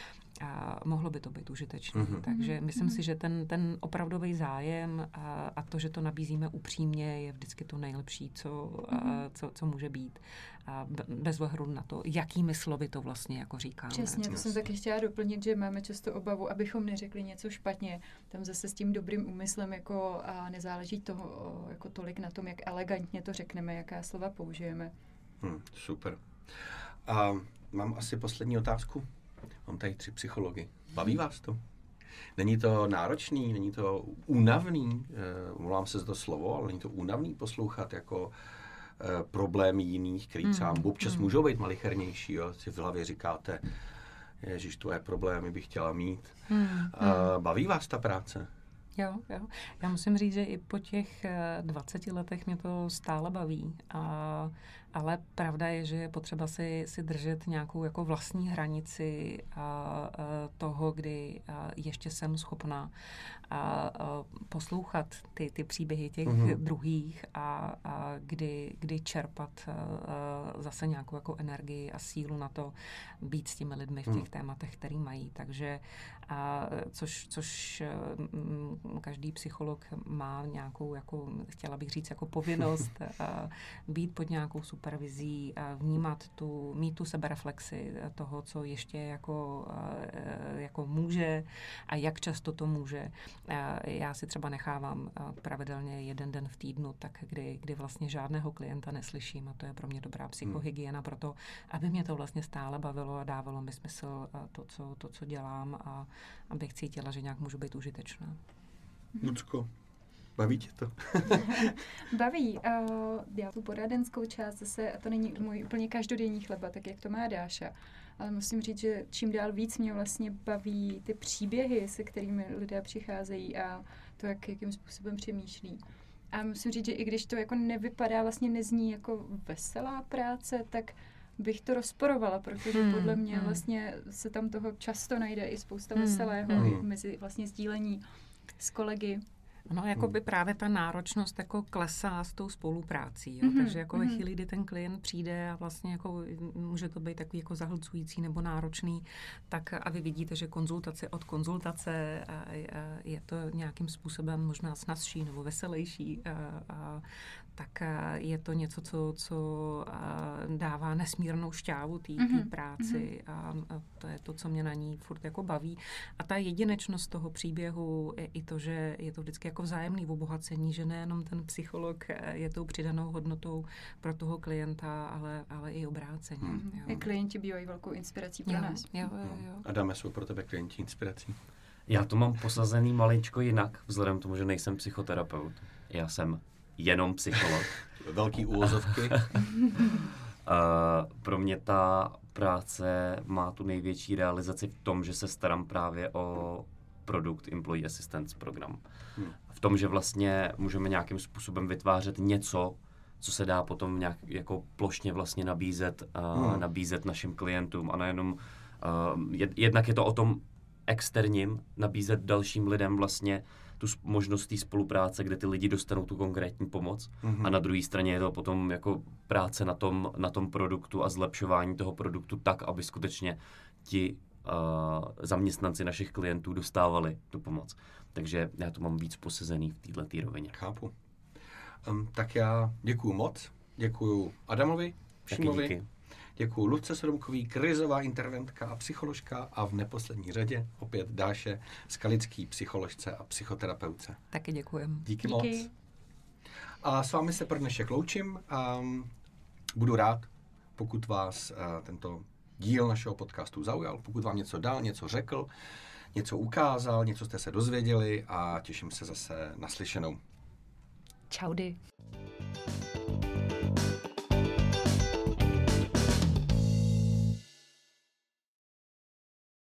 A mohlo by to být užitečné. Mm-hmm. Takže myslím mm-hmm. si, že ten, ten opravdový zájem a, a to, že to nabízíme upřímně, je vždycky to nejlepší, co, mm-hmm. a, co, co může být. A bez ohledu na to, jakými slovy to vlastně jako říkáme. Přesně, to jsem taky chtěla doplnit, že máme často obavu, abychom neřekli něco špatně. Tam zase s tím dobrým úmyslem jako a nezáleží toho jako tolik na tom, jak elegantně to řekneme, jaká slova použijeme. Hmm, super. A mám asi poslední otázku. Mám tady tři psychology. Baví vás to? Není to náročný, není to únavný, omlouvám se za to slovo, ale není to únavný poslouchat jako e, problémy jiných, který třeba mm, občas mm. můžou být malichernější, jo? Si v hlavě říkáte, ježiš, tvoje problémy bych chtěla mít. Mm, a, baví vás ta práce? Jo, jo. Já musím říct, že i po těch dvaceti letech mě to stále baví. A, ale pravda je, že je potřeba si, si držet nějakou jako vlastní hranici a, a toho, kdy a ještě jsem schopná a, a poslouchat ty, ty příběhy těch mm-hmm. druhých a, a kdy, kdy čerpat a, a zase nějakou jako energii a sílu na to být s těmi lidmi v těch mm. tématech, který mají. Takže a, což, což m, každý psycholog má nějakou, jako, chtěla bych říct, jako povinnost a být pod nějakou supervizí a vnímat tu, mít tu sebereflexi toho, co ještě jako, jako může a jak často to může. Já si třeba nechávám pravidelně jeden den v týdnu, tak kdy, kdy vlastně žádného klienta neslyším a to je pro mě dobrá psychohygiena pro to, aby mě to vlastně stále bavilo a dávalo mi smysl to, co, to, co dělám a abych cítila, že nějak můžu být užitečná. Lucko, baví tě to? Baví. Uh, já tu poradenskou část zase, a to není můj úplně každodenní chleba, tak jak to má Dáša, ale musím říct, že čím dál víc mě vlastně baví ty příběhy, se kterými lidé přicházejí a to, jak, jakým způsobem přemýšlí. A musím říct, že i když to jako nevypadá, vlastně nezní jako veselá práce, tak bych to rozporovala, protože hmm, podle mě hmm. vlastně se tam toho často najde i spousta hmm, veselého hmm. mezi vlastně sdílení s kolegy. No, jako by právě ta náročnost jako klesá s tou spoluprácí, jo? Mm-hmm. Takže jako mm-hmm. ve chvíli, kdy ten klient přijde a vlastně jako může to být takový jako zahlcující nebo náročný, tak a vy vidíte, že konzultace od konzultace a, a je to nějakým způsobem možná snazší nebo veselější, a, a, tak a je to něco, co, co dává nesmírnou šťávu té mm-hmm. práci mm-hmm. a, a to je to, co mě na ní furt jako baví. A ta jedinečnost toho příběhu je i to, že je to vždycky jako vzájemný obohacení, že nejenom ten psycholog je tou přidanou hodnotou pro toho klienta, ale, ale i obráceně. Hmm. I klienti bývají velkou inspirací pro jo, nás. Jo, jo, jo. Adame, jsou pro tebe klienti inspirací? Já to mám posazený maličko jinak, vzhledem k tomu, že nejsem psychoterapeut. Já jsem jenom psycholog. Velký úvozovky. uh, pro mě ta práce má tu největší realizaci v tom, že se starám právě o produkt Employee Assistance program. Hmm. V tom, že vlastně můžeme nějakým způsobem vytvářet něco, co se dá potom nějak jako plošně vlastně nabízet, uh, hmm. nabízet našim klientům a nejenom uh, jed, jednak je to o tom externím, nabízet dalším lidem vlastně tu možnost té spolupráce, kde ty lidi dostanou tu konkrétní pomoc hmm. a na druhé straně je to potom jako práce na tom, na tom produktu a zlepšování toho produktu tak, aby skutečně ti Uh, zaměstnanci našich klientů dostávali tu pomoc. Takže já to mám víc posazený v této rovině. Chápu. Um, tak já děkuju moc. Děkuju Adamovi Šimovi. Děkuju Lucce Sodomkový, krizová interventka a psycholožka a v neposlední řadě opět Dáše Skalický, psycholožce a psychoterapeutce. Taky děkujem. Díky, Díky moc. A s vámi se pro dnešek loučím. Um, budu rád, pokud vás uh, tento díl našeho podcastu zaujal, pokud vám něco dal, něco řekl, něco ukázal, něco jste se dozvěděli a těším se zase na slyšenou. Čaudy.